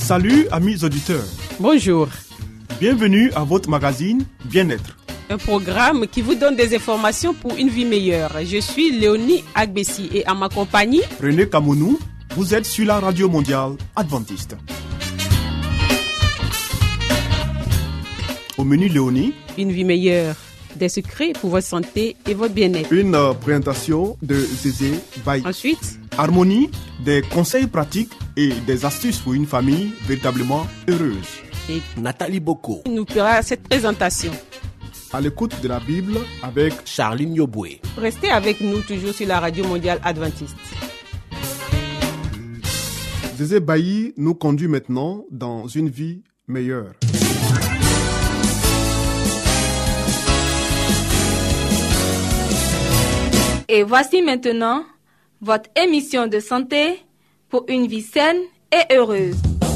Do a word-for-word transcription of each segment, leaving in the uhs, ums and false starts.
Salut amis auditeurs. Bonjour. Bienvenue à votre magazine Bien-être. Un programme qui vous donne des informations pour une vie meilleure. Je suis Léonie Agbessi et à ma compagnie, René Kamounou, vous êtes sur la radio mondiale adventiste. Au menu Léonie, une vie meilleure, des secrets pour votre santé et votre bien-être. Une euh, présentation de Zézé Baye. Ensuite, Harmonie, des conseils pratiques et des astuces pour une famille véritablement heureuse. et Nathalie Boko, nous fera cette présentation. À l'écoute de la Bible avec Charline Yoboué. Restez avec nous toujours sur la radio mondiale adventiste. Zézé Baye nous conduit maintenant dans une vie meilleure. Et voici maintenant votre émission de santé pour une vie saine et heureuse.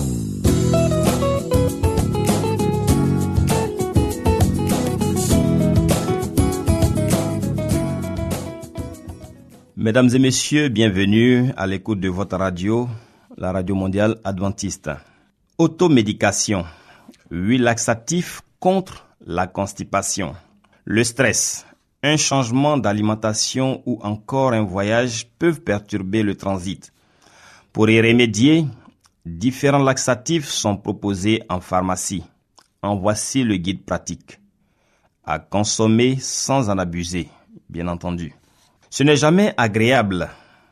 Mesdames et messieurs, bienvenue à l'écoute de votre radio, la radio mondiale adventiste. Automédication, huit laxatifs contre la constipation. Le stress, un changement d'alimentation ou encore un voyage peuvent perturber le transit. Pour y remédier, différents laxatifs sont proposés en pharmacie. En voici le guide pratique. À consommer sans en abuser, bien entendu. Ce n'est jamais agréable.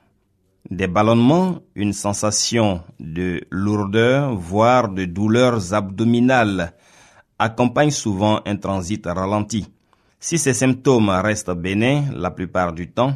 Des ballonnements, une sensation de lourdeur, voire de douleurs abdominales, accompagnent souvent un transit ralenti. Si ces symptômes restent bénins la plupart du temps,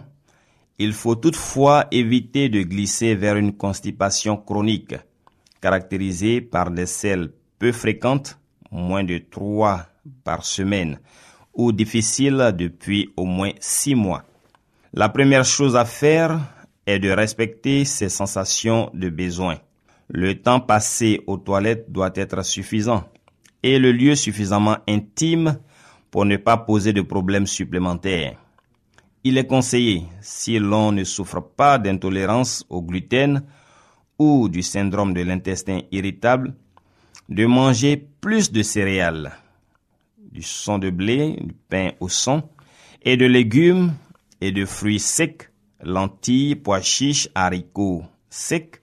il faut toutefois éviter de glisser vers une constipation chronique, caractérisée par des selles peu fréquentes, moins de trois par semaine, ou difficiles depuis au moins six mois. La première chose à faire est de respecter ses sensations de besoin. Le temps passé aux toilettes doit être suffisant et le lieu suffisamment intime pour ne pas poser de problèmes supplémentaires. Il est conseillé, si l'on ne souffre pas d'intolérance au gluten ou du syndrome de l'intestin irritable, de manger plus de céréales, du son de blé, du pain au son, et de légumes et de fruits secs, lentilles, pois chiches, haricots secs,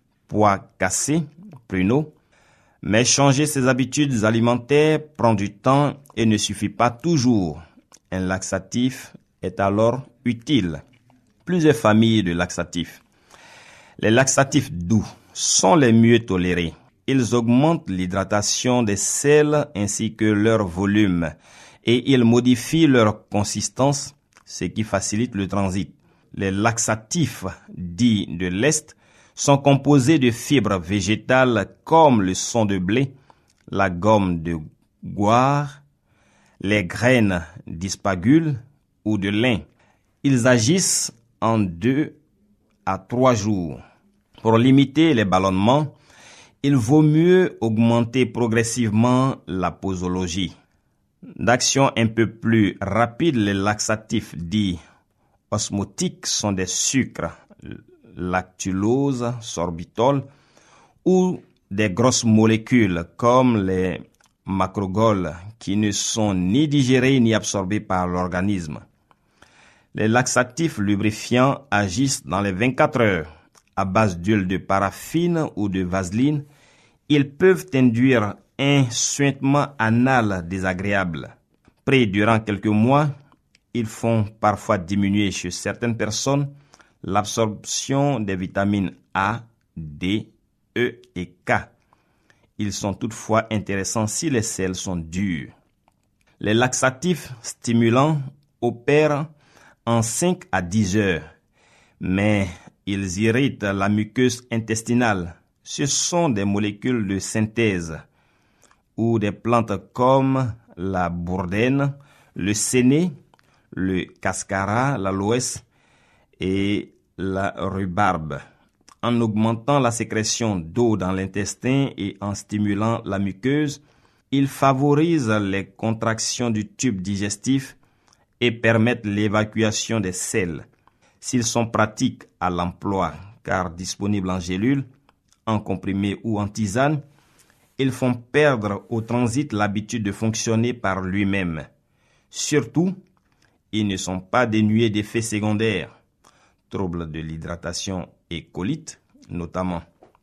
pois cassés, pruneaux. Mais changer ses habitudes alimentaires prend du temps et ne suffit pas toujours. Un laxatif est alors utile. Plusieurs familles de laxatifs. Les laxatifs doux sont les mieux tolérés. Ils augmentent l'hydratation des selles ainsi que leur volume et ils modifient leur consistance, ce qui facilite le transit. Les laxatifs dits de l'Est sont composés de fibres végétales comme le son de blé, la gomme de goire, les graines d'ispagule ou de lin. Ils agissent en deux à trois jours. Pour limiter les ballonnements, il vaut mieux augmenter progressivement la posologie. D'action un peu plus rapide, les laxatifs dits osmotiques sont des sucres, lactulose, sorbitol, ou des grosses molécules comme les macrogoles qui ne sont ni digérées ni absorbées par l'organisme. Les laxatifs lubrifiants agissent dans les vingt-quatre heures. À base d'huile de paraffine ou de vaseline, ils peuvent induire un suintement anal désagréable. Pris durant quelques mois, ils font parfois diminuer chez certaines personnes l'absorption des vitamines A, D, E et K. Ils sont toutefois intéressants si les selles sont dures. Les laxatifs stimulants opèrent en cinq à dix heures, mais ils irritent la muqueuse intestinale. Ce sont des molécules de synthèse ou des plantes comme la bourdaine, le séné, le cascara, l'aloès et la rhubarbe. En augmentant la sécrétion d'eau dans l'intestin et en stimulant la muqueuse, ils favorisent les contractions du tube digestif et permettent l'évacuation des selles. S'ils sont pratiques à l'emploi, car disponibles en gélule, en comprimé ou en tisane, ils font perdre au transit l'habitude de fonctionner par lui-même. Surtout, ils ne sont pas dénués d'effets secondaires, troubles de l'hydratation et colites notamment.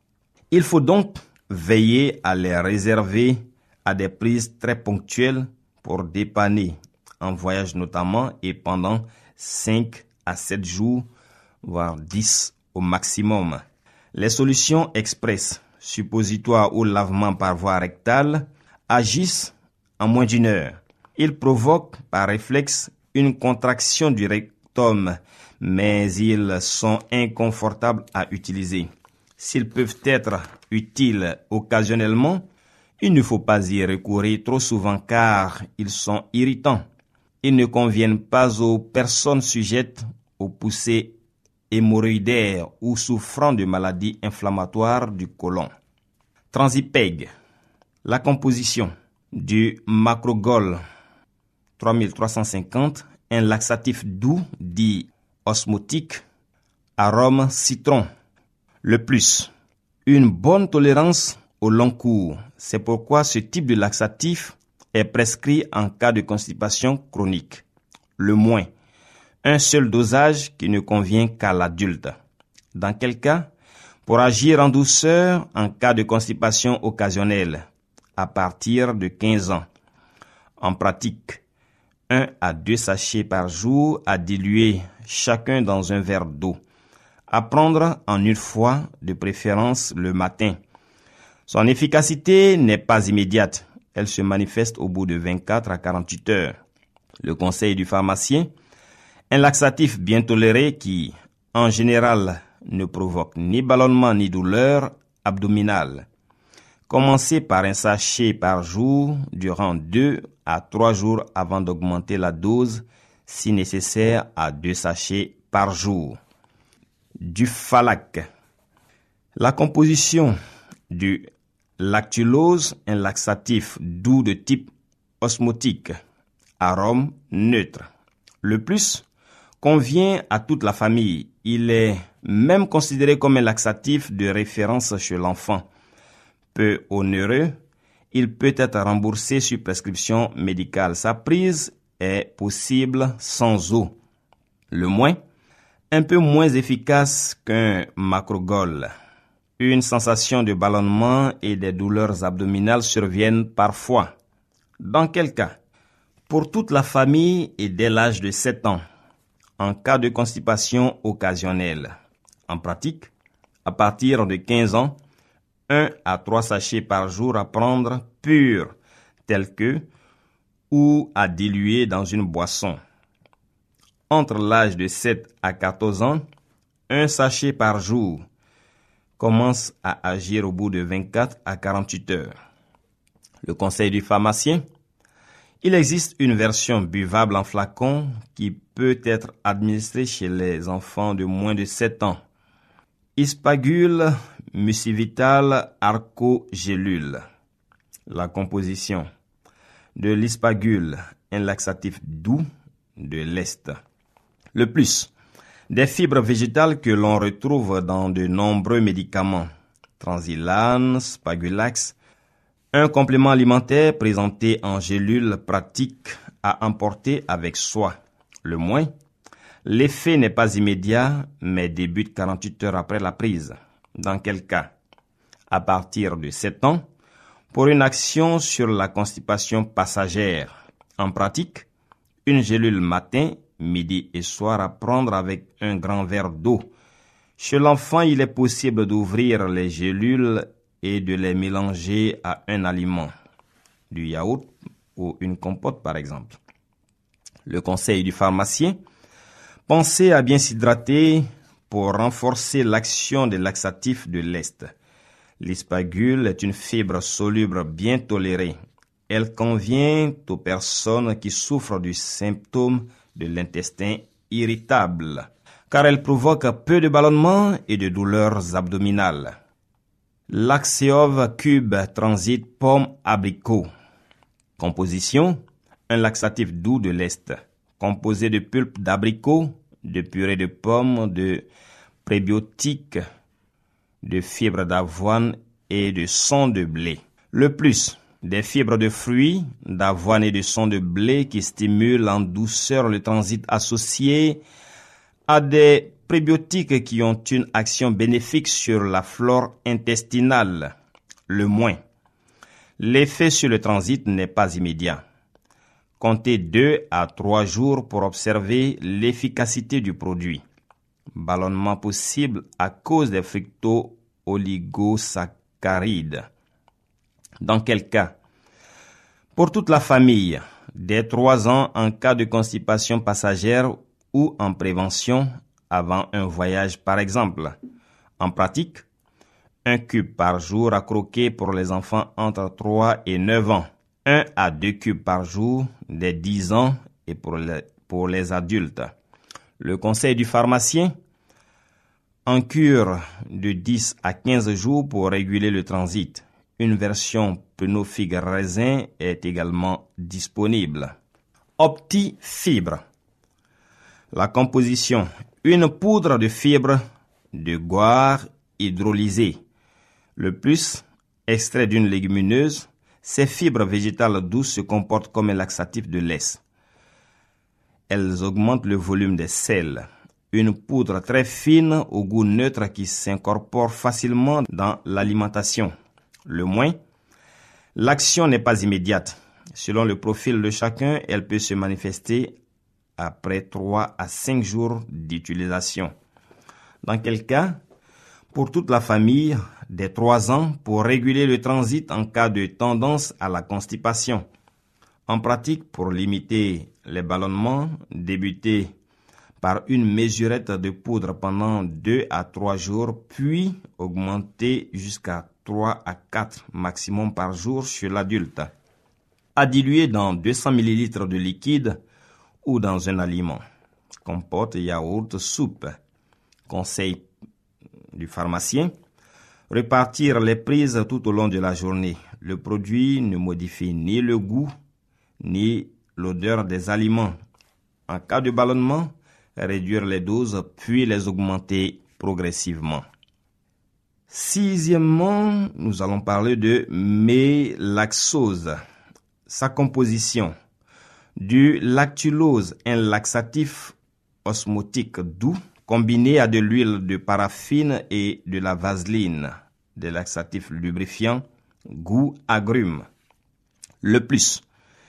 Il faut donc veiller à les réserver à des prises très ponctuelles pour dépanner en voyage notamment et pendant cinq à sept jours, voire dix au maximum. Les solutions express, suppositoires ou lavement par voie rectale, agissent en moins d'une heure. Ils provoquent par réflexe une contraction du rectum, mais ils sont inconfortables à utiliser. S'ils peuvent être utiles occasionnellement, il ne faut pas y recourir trop souvent car ils sont irritants. Ils ne conviennent pas aux personnes sujettes aux poussées hémorroïdaires ou souffrant de maladies inflammatoires du côlon. Transipeg. La composition du macrogol trois mille trois cent cinquante, un laxatif doux dit osmotique, arôme citron. Le plus, une bonne tolérance au long cours. C'est pourquoi ce type de laxatif est prescrit en cas de constipation chronique. Le moins, un seul dosage qui ne convient qu'à l'adulte. Dans quel cas? Pour agir en douceur en cas de constipation occasionnelle, à partir de quinze ans. En pratique, un à deux sachets par jour à diluer chacun dans un verre d'eau. À prendre en une fois, de préférence le matin. Son efficacité n'est pas immédiate. Elle se manifeste au bout de vingt-quatre à quarante-huit heures. Le conseil du pharmacien, un laxatif bien toléré qui, en général, ne provoque ni ballonnement ni douleur abdominale. Commencez par un sachet par jour durant deux à trois jours avant d'augmenter la dose, si nécessaire, à deux sachets par jour. Du Falac. La composition du lactulose, un laxatif doux de type osmotique, arôme neutre. Le plus convient à toute la famille. Il est même considéré comme un laxatif de référence chez l'enfant. Peu onéreux, il peut être remboursé sur prescription médicale. Sa prise est possible sans eau. Le moins, un peu moins efficace qu'un macrogol. Une sensation de ballonnement et des douleurs abdominales surviennent parfois. Dans quel cas? Pour toute la famille et dès l'âge de sept ans, en cas de constipation occasionnelle. En pratique, à partir de quinze ans, un à trois sachets par jour à prendre pur, tel que, ou à diluer dans une boisson. Entre l'âge de sept à quatorze ans, un sachet par jour commence à agir au bout de vingt-quatre à quarante-huit heures. Le conseil du pharmacien, il existe une version buvable en flacon qui peut être administrée chez les enfants de moins de sept ans. Ispagule, Musivital, Arco-Gélule. La composition de l'ispagule, un laxatif doux de l'Est. Le plus, des fibres végétales que l'on retrouve dans de nombreux médicaments. Transilane, Spagulax, un complément alimentaire présenté en gélule pratique à emporter avec soi. Le moins, l'effet n'est pas immédiat, mais débute quarante-huit heures après la prise. Dans quel cas? À partir de sept ans, pour une action sur la constipation passagère. En pratique, une gélule matin, midi et soir à prendre avec un grand verre d'eau. Chez l'enfant, il est possible d'ouvrir les gélules et de les mélanger à un aliment, du yaourt ou une compote par exemple. Le conseil du pharmacien, pensez à bien s'hydrater pour renforcer l'action des laxatifs de l'Est. L'ispagule est une fibre soluble bien tolérée. Elle convient aux personnes qui souffrent du symptôme de l'intestin irritable, car elle provoque peu de ballonnements et de douleurs abdominales. Laxeov Cube Transit Pomme Abricot. Composition, un laxatif doux de l'Est, composé de pulpe d'abricot, de purée de pommes, de prébiotiques, de fibres d'avoine et de son de blé. Le plus, des fibres de fruits, d'avoine et de son de blé qui stimulent en douceur le transit associé à des prébiotiques qui ont une action bénéfique sur la flore intestinale. Le moins, l'effet sur le transit n'est pas immédiat. Comptez deux à trois jours pour observer l'efficacité du produit. Ballonnement possible à cause des fructo-oligosaccharides. Dans quel cas? Pour toute la famille, dès trois ans en cas de constipation passagère ou en prévention avant un voyage par exemple. En pratique, un cube par jour à croquer pour les enfants entre trois et neuf ans. un à deux cubes par jour dès dix ans et pour les, pour les adultes. Le conseil du pharmacien, en cure de dix à quinze jours pour réguler le transit. Une version Pneufigue raisin est également disponible. Opti-fibre. La composition, une poudre de fibres de goire hydrolysée. Le plus, extrait d'une légumineuse, ces fibres végétales douces se comportent comme un laxatif de l'Est. Elles augmentent le volume des selles. Une poudre très fine au goût neutre qui s'incorpore facilement dans l'alimentation. Le moins, l'action n'est pas immédiate. Selon le profil de chacun, elle peut se manifester après trois à cinq jours d'utilisation. Dans quel cas, pour toute la famille, dès trois ans, pour réguler le transit en cas de tendance à la constipation. En pratique, pour limiter les ballonnements, débuter par une mesurette de poudre pendant deux à trois jours, puis augmenter jusqu'à trois à quatre maximum par jour chez l'adulte. À diluer dans deux cents millilitres de liquide ou dans un aliment. Compote, yaourt, soupe. Conseil du pharmacien. Répartir les prises tout au long de la journée. Le produit ne modifie ni le goût ni l'odeur des aliments. En cas de ballonnement, réduire les doses puis les augmenter progressivement. Sixièmement, nous allons parler de mélaxose. Sa composition. Du lactulose, un laxatif osmotique doux, combiné à de l'huile de paraffine et de la vaseline, des laxatifs lubrifiants, goût agrumes. Le plus.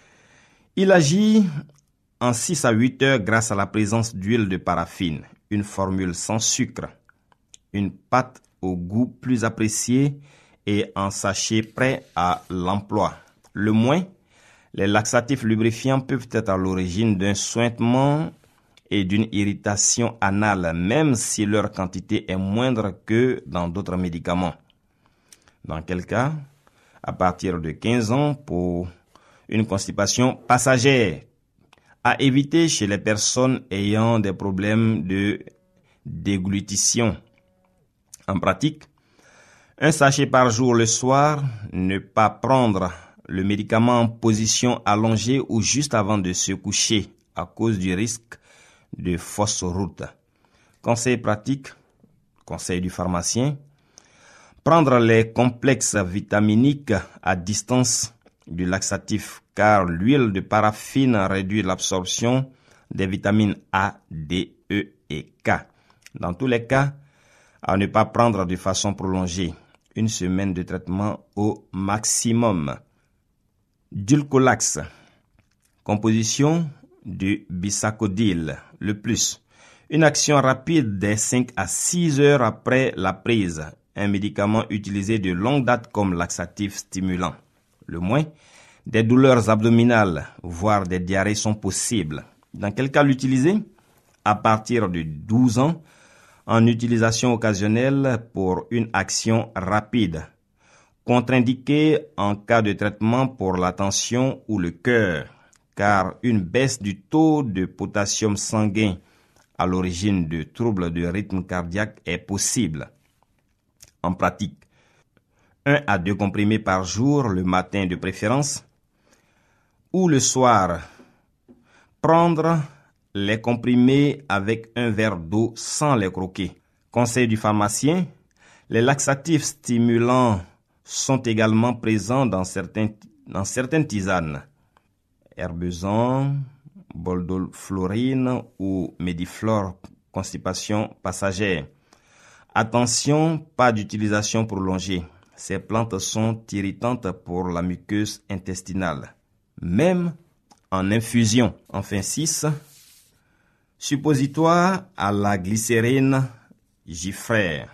Il agit en six à huit heures grâce à la présence d'huile de paraffine, une formule sans sucre, une pâte au goût plus apprécié et un sachet prêt à l'emploi. Le moins, les laxatifs lubrifiants peuvent être à l'origine d'un suintement et d'une irritation anale, même si leur quantité est moindre que dans d'autres médicaments. Dans quel cas, à partir de quinze ans, pour une constipation passagère, à éviter chez les personnes ayant des problèmes de déglutition. En pratique, un sachet par jour le soir, ne pas prendre le médicament en position allongée ou juste avant de se coucher à cause du risque de fausse route. Conseil pratique, conseil du pharmacien, prendre les complexes vitaminiques à distance du laxatif car l'huile de paraffine réduit l'absorption des vitamines A, D, E et K. Dans tous les cas, à ne pas prendre de façon prolongée, une semaine de traitement au maximum. Dulcolax, composition du bisacodyl, le plus. Une action rapide des cinq à six heures après la prise. Un médicament utilisé de longue date comme laxatif stimulant. Le moins, des douleurs abdominales, voire des diarrhées sont possibles. Dans quel cas l'utiliser? À partir de douze ans, en utilisation occasionnelle pour une action rapide. Contre-indiqué en cas de traitement pour la tension ou le cœur, car une baisse du taux de potassium sanguin à l'origine de troubles de rythme cardiaque est possible. En pratique, un à deux comprimés par jour, le matin de préférence, ou le soir. Prendre les comprimés avec un verre d'eau sans les croquer. Conseil du pharmacien, Les laxatifs stimulants sont également présents dans, certains, dans certaines tisanes. Herbesson, boldolflorine ou médiflore, constipation passagère. Attention, pas d'utilisation prolongée. Ces plantes sont irritantes pour la muqueuse intestinale, même en infusion. Enfin six. Suppositoire à la glycérine gifrère.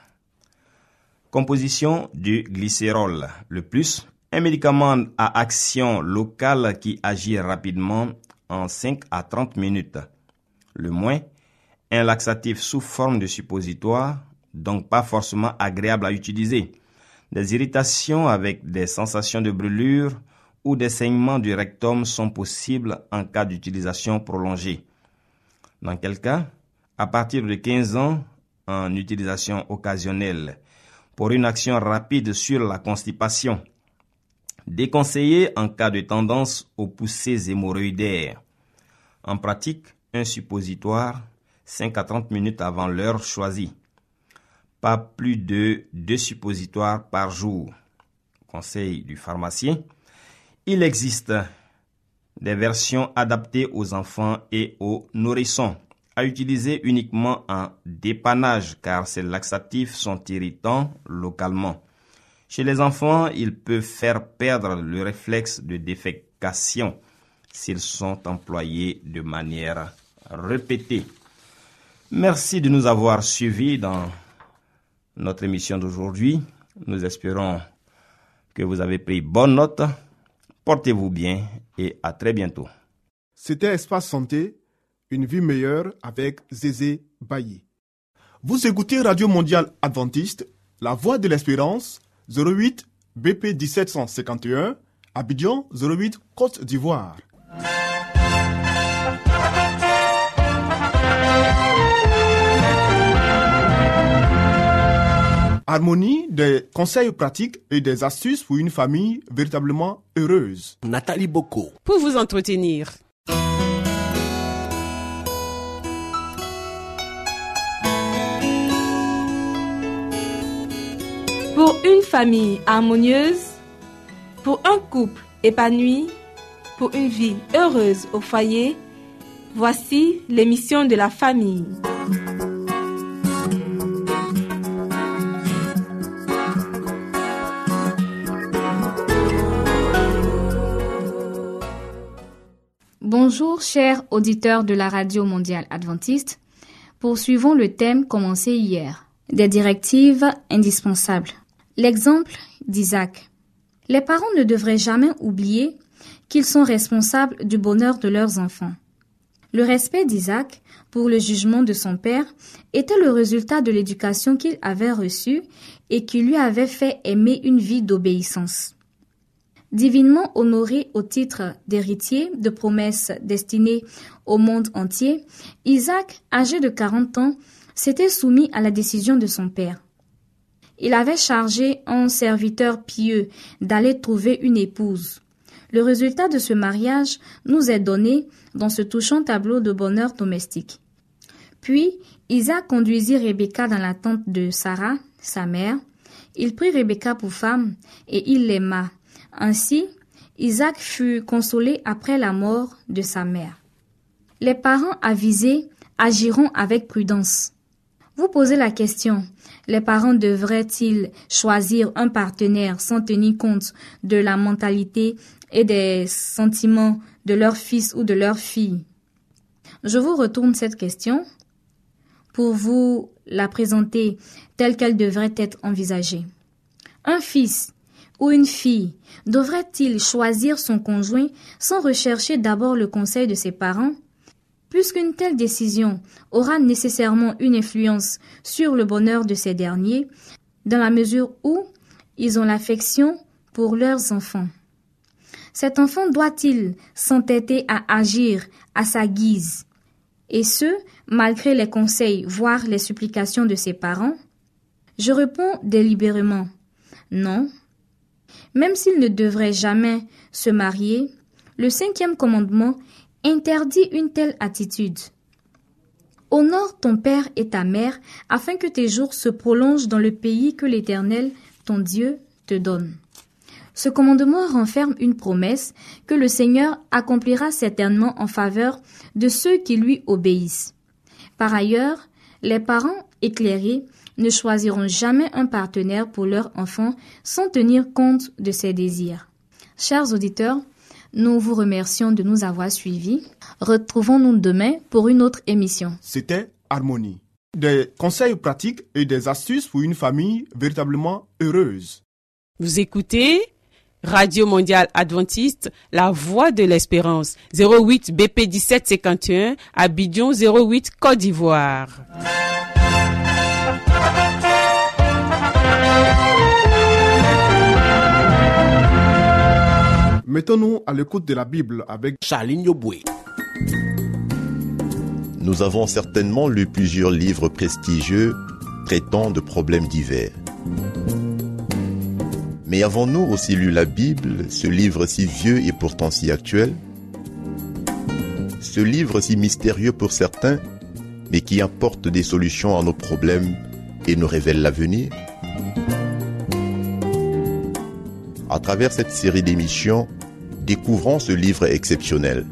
Composition du glycérol. Le plus, un médicament à action locale qui agit rapidement en cinq à trente minutes. Le moins, un laxatif sous forme de suppositoire, donc pas forcément agréable à utiliser. Des irritations avec des sensations de brûlure ou des saignements du rectum sont possibles en cas d'utilisation prolongée. Dans quel cas, à partir de quinze ans, en utilisation occasionnelle, pour une action rapide sur la constipation. Déconseillé en cas de tendance aux poussées hémorroïdaires. En pratique, un suppositoire cinq à trente minutes avant l'heure choisie. Pas plus de deux suppositoires par jour. Conseil du pharmacien. Il existe des versions adaptées aux enfants et aux nourrissons, à utiliser uniquement en dépannage car ces laxatifs sont irritants localement. Chez les enfants, ils peuvent faire perdre le réflexe de défécation s'ils sont employés de manière répétée. Merci de nous avoir suivis dans notre émission d'aujourd'hui. Nous espérons que vous avez pris bonne note. Portez-vous bien et à très bientôt. C'était Espace Santé, une vie meilleure avec Zézé Bailly. Vous écoutez Radio Mondiale Adventiste, La Voix de l'Espérance, zéro huit B P dix-sept cent cinquante et un, Abidjan zéro huit, Côte d'Ivoire. Harmonie, des conseils pratiques et des astuces pour une famille véritablement heureuse. Nathalie Boko. Pour vous entretenir. Pour une famille harmonieuse, pour un couple épanoui, pour une vie heureuse au foyer, voici l'émission de la famille. Bonjour chers auditeurs de la Radio Mondiale Adventiste. Poursuivons le thème commencé hier, des directives indispensables. L'exemple d'Isaac. Les parents ne devraient jamais oublier qu'ils sont responsables du bonheur de leurs enfants. Le respect d'Isaac pour le jugement de son père était le résultat de l'éducation qu'il avait reçue et qui lui avait fait aimer une vie d'obéissance. Divinement honoré au titre d'héritier de promesses destinées au monde entier, Isaac, âgé de quarante ans, s'était soumis à la décision de son père. Il avait chargé un serviteur pieux d'aller trouver une épouse. Le résultat de ce mariage nous est donné dans ce touchant tableau de bonheur domestique. Puis, Isaac conduisit Rebecca dans la tente de Sarah, sa mère. Il prit Rebecca pour femme et il l'aima. Ainsi, Isaac fut consolé après la mort de sa mère. Les parents avisés agiront avec prudence. Vous posez la question, les parents devraient-ils choisir un partenaire sans tenir compte de la mentalité et des sentiments de leur fils ou de leur fille? Je vous retourne cette question pour vous la présenter telle qu'elle devrait être envisagée. Un fils ou une fille devrait-il choisir son conjoint sans rechercher d'abord le conseil de ses parents? Puisqu'une telle décision aura nécessairement une influence sur le bonheur de ces derniers, dans la mesure où ils ont l'affection pour leurs enfants. Cet enfant doit-il s'entêter à agir à sa guise, et ce, malgré les conseils, voire les supplications de ses parents? Je réponds délibérément, non. Même s'il ne devrait jamais se marier, le cinquième commandement interdit une telle attitude. Honore ton père et ta mère, afin que tes jours se prolongent dans le pays que l'Éternel, ton Dieu, te donne. Ce commandement renferme une promesse que le Seigneur accomplira certainement en faveur de ceux qui lui obéissent. Par ailleurs, les parents éclairés ne choisiront jamais un partenaire pour leur enfant sans tenir compte de ses désirs. Chers auditeurs, nous vous remercions de nous avoir suivis. Retrouvons-nous demain pour une autre émission. C'était Harmonie. Des conseils pratiques et des astuces pour une famille véritablement heureuse. Vous écoutez Radio Mondiale Adventiste, la voix de l'espérance, zéro huit B P dix-sept cinquante et un, Abidjan zéro huit, Côte d'Ivoire. Mettons-nous à l'écoute de la Bible avec Charline Yoboué. Nous avons certainement lu plusieurs livres prestigieux traitant de problèmes divers. Mais avons-nous aussi lu la Bible, ce livre si vieux et pourtant si actuel? Ce livre si mystérieux pour certains, mais qui apporte des solutions à nos problèmes et nous révèle l'avenir? À travers cette série d'émissions, découvrons ce livre exceptionnel.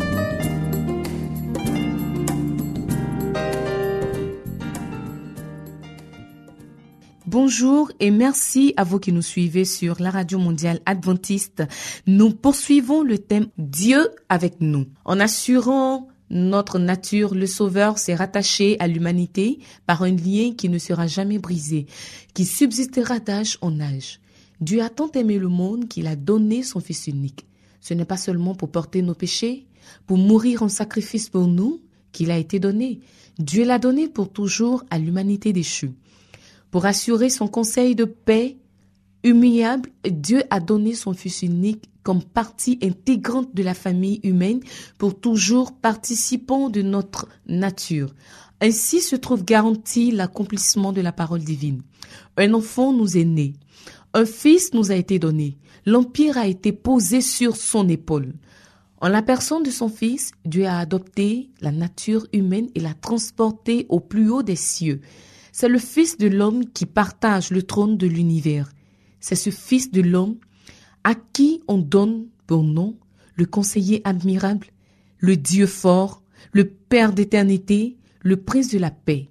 Bonjour et merci à vous qui nous suivez sur la Radio Mondiale Adventiste. Nous poursuivons le thème Dieu avec nous. En assurant notre nature, le Sauveur s'est rattaché à l'humanité par un lien qui ne sera jamais brisé, qui subsistera d'âge en âge. Dieu a tant aimé le monde qu'il a donné son Fils unique. Ce n'est pas seulement pour porter nos péchés, pour mourir en sacrifice pour nous qu'il a été donné. Dieu l'a donné pour toujours à l'humanité déchue. Pour assurer son conseil de paix humiliable, Dieu a donné son Fils unique comme partie intégrante de la famille humaine pour toujours participant de notre nature. Ainsi se trouve garanti l'accomplissement de la parole divine. Un enfant nous est né. Un fils nous a été donné. L'empire a été posé sur son épaule. En la personne de son Fils, Dieu a adopté la nature humaine et l'a transportée au plus haut des cieux. C'est le Fils de l'homme qui partage le trône de l'univers. C'est ce Fils de l'homme à qui on donne pour nom le conseiller admirable, le Dieu fort, le Père d'éternité, le Prince de la paix.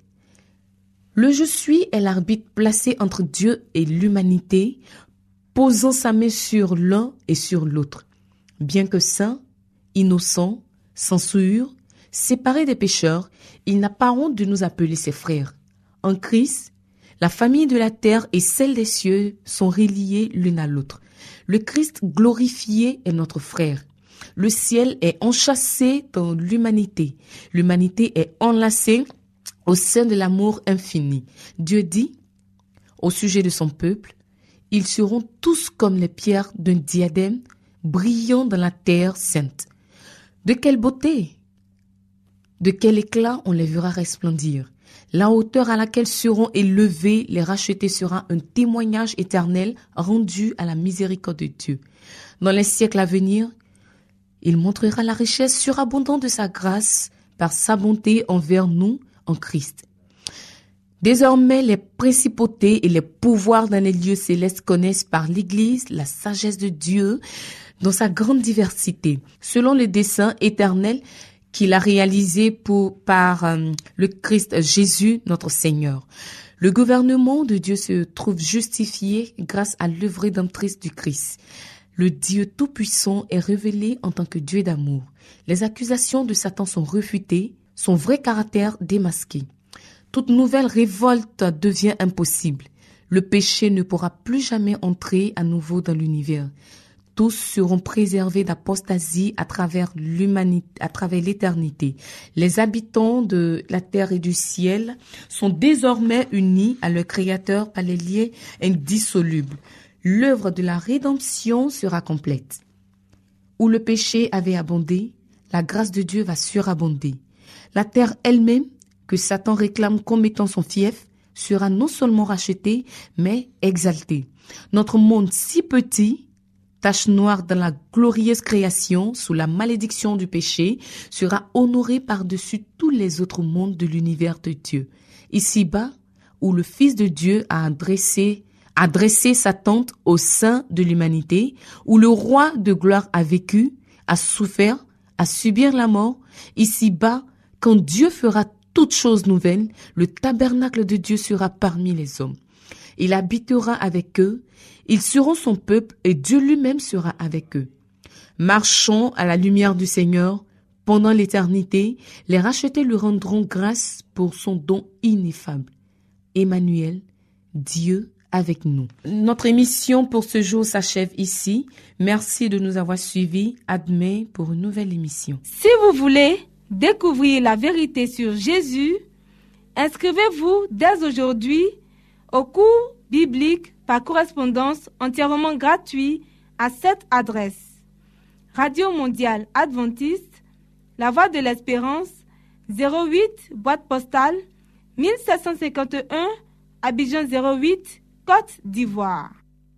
Le Je suis est l'arbitre placé entre Dieu et l'humanité, posant sa main sur l'un et sur l'autre. Bien que saint, innocent, sans souillure, séparé des pécheurs, il n'a pas honte de nous appeler ses frères. En Christ, la famille de la terre et celle des cieux sont reliées l'une à l'autre. Le Christ glorifié est notre frère. Le ciel est enchâssé dans l'humanité. L'humanité est enlacée au sein de l'amour infini. Dieu dit, au sujet de son peuple, ils seront tous comme les pierres d'un diadème brillant dans la terre sainte. De quelle beauté! De quel éclat on les verra resplendir! La hauteur à laquelle seront élevés les rachetés sera un témoignage éternel rendu à la miséricorde de Dieu. Dans les siècles à venir, il montrera la richesse surabondante de sa grâce par sa bonté envers nous en Christ. Désormais, les principautés et les pouvoirs dans les lieux célestes connaissent par l'Église la sagesse de Dieu dans sa grande diversité, selon le dessein éternel qu'il a réalisé pour, par euh, le Christ Jésus, notre Seigneur. Le gouvernement de Dieu se trouve justifié grâce à l'œuvre rédemptrice du Christ. Le Dieu Tout-Puissant est révélé en tant que Dieu d'amour. Les accusations de Satan sont réfutées, son vrai caractère démasqué. Toute nouvelle révolte devient impossible. Le péché ne pourra plus jamais entrer à nouveau dans l'univers. Tous seront préservés d'apostasie à travers l'humanité, à travers l'éternité. Les habitants de la terre et du ciel sont désormais unis à leur Créateur par les liens indissolubles. L'œuvre de la rédemption sera complète. Où le péché avait abondé, la grâce de Dieu va surabonder. La terre elle-même, que Satan réclame comme étant son fief, sera non seulement rachetée, mais exaltée. Notre monde si petit, tache noire dans la glorieuse création, sous la malédiction du péché, sera honoré par-dessus tous les autres mondes de l'univers de Dieu. Ici-bas, où le Fils de Dieu a dressé, a dressé sa tente au sein de l'humanité, où le roi de gloire a vécu, a souffert, a subi la mort, ici-bas, quand Dieu fera toutes choses nouvelles, le tabernacle de Dieu sera parmi les hommes. Il habitera avec eux, ils seront son peuple et Dieu lui-même sera avec eux. Marchons à la lumière du Seigneur pendant l'éternité, les rachetés lui rendront grâce pour son don ineffable. Emmanuel, Dieu avec nous. Notre émission pour ce jour s'achève ici. Merci de nous avoir suivis. À demain pour une nouvelle émission. Si vous voulez découvrir la vérité sur Jésus, inscrivez-vous dès aujourd'hui au cours biblique par correspondance entièrement gratuit à cette adresse. Radio Mondiale Adventiste, La Voix de l'Espérance, zéro huit, boîte postale, mille sept cent cinquante et un, Abidjan zéro huit, Côte d'Ivoire.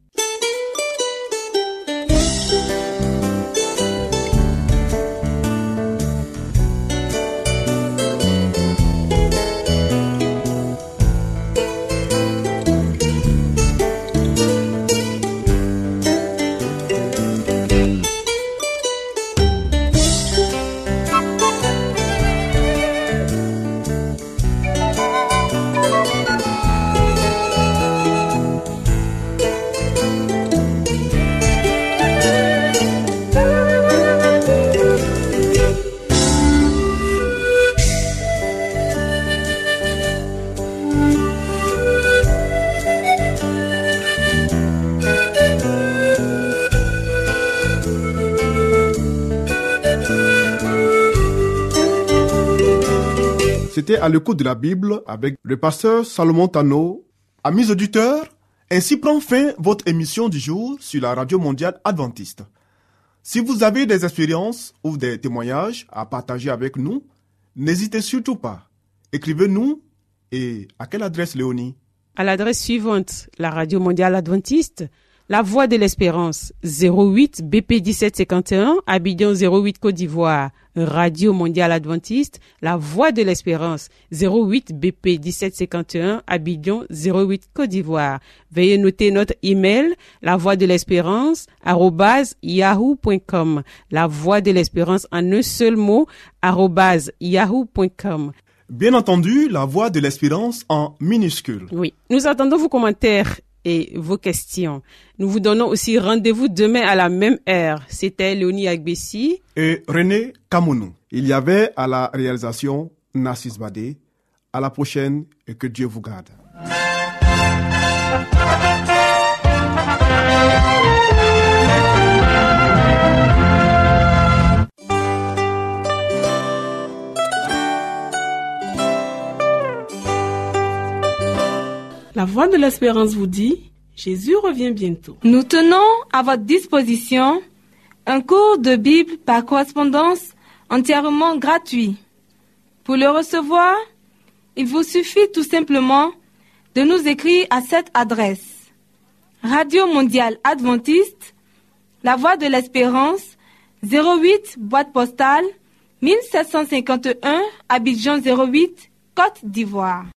C'était à l'écoute de la Bible avec le pasteur Salomon Tano. Amis auditeurs, ainsi prend fin votre émission du jour sur la Radio Mondiale Adventiste. Si vous avez des expériences ou des témoignages à partager avec nous, n'hésitez surtout pas. Écrivez-nous et à quelle adresse, Léonie? À l'adresse suivante, la Radio Mondiale Adventiste, La Voix de l'Espérance, zéro huit B P dix-sept cinquante et un, Abidjan zéro huit Côte d'Ivoire. Radio Mondiale Adventiste, La Voix de l'Espérance, zéro huit B P dix-sept cinquante et un, Abidjan zéro huit Côte d'Ivoire. Veuillez noter notre email, la voix de l'espérance, arobase yahoo point com. La Voix de l'Espérance en un seul mot, arobase yahoo point com. Bien entendu, La Voix de l'Espérance en minuscule. Oui, nous attendons vos commentaires et vos questions. Nous vous donnons aussi rendez-vous demain à la même heure. C'était Léonie Agbessi et René Kamounou. Il y avait à la réalisation Narcisse Badé. À la prochaine et que Dieu vous garde. La Voix de l'Espérance vous dit, Jésus revient bientôt. Nous tenons à votre disposition un cours de Bible par correspondance entièrement gratuit. Pour le recevoir, il vous suffit tout simplement de nous écrire à cette adresse. Radio Mondiale Adventiste, La Voix de l'Espérance, zéro huit, boîte postale, mille sept cent cinquante et un, Abidjan zéro huit, Côte d'Ivoire.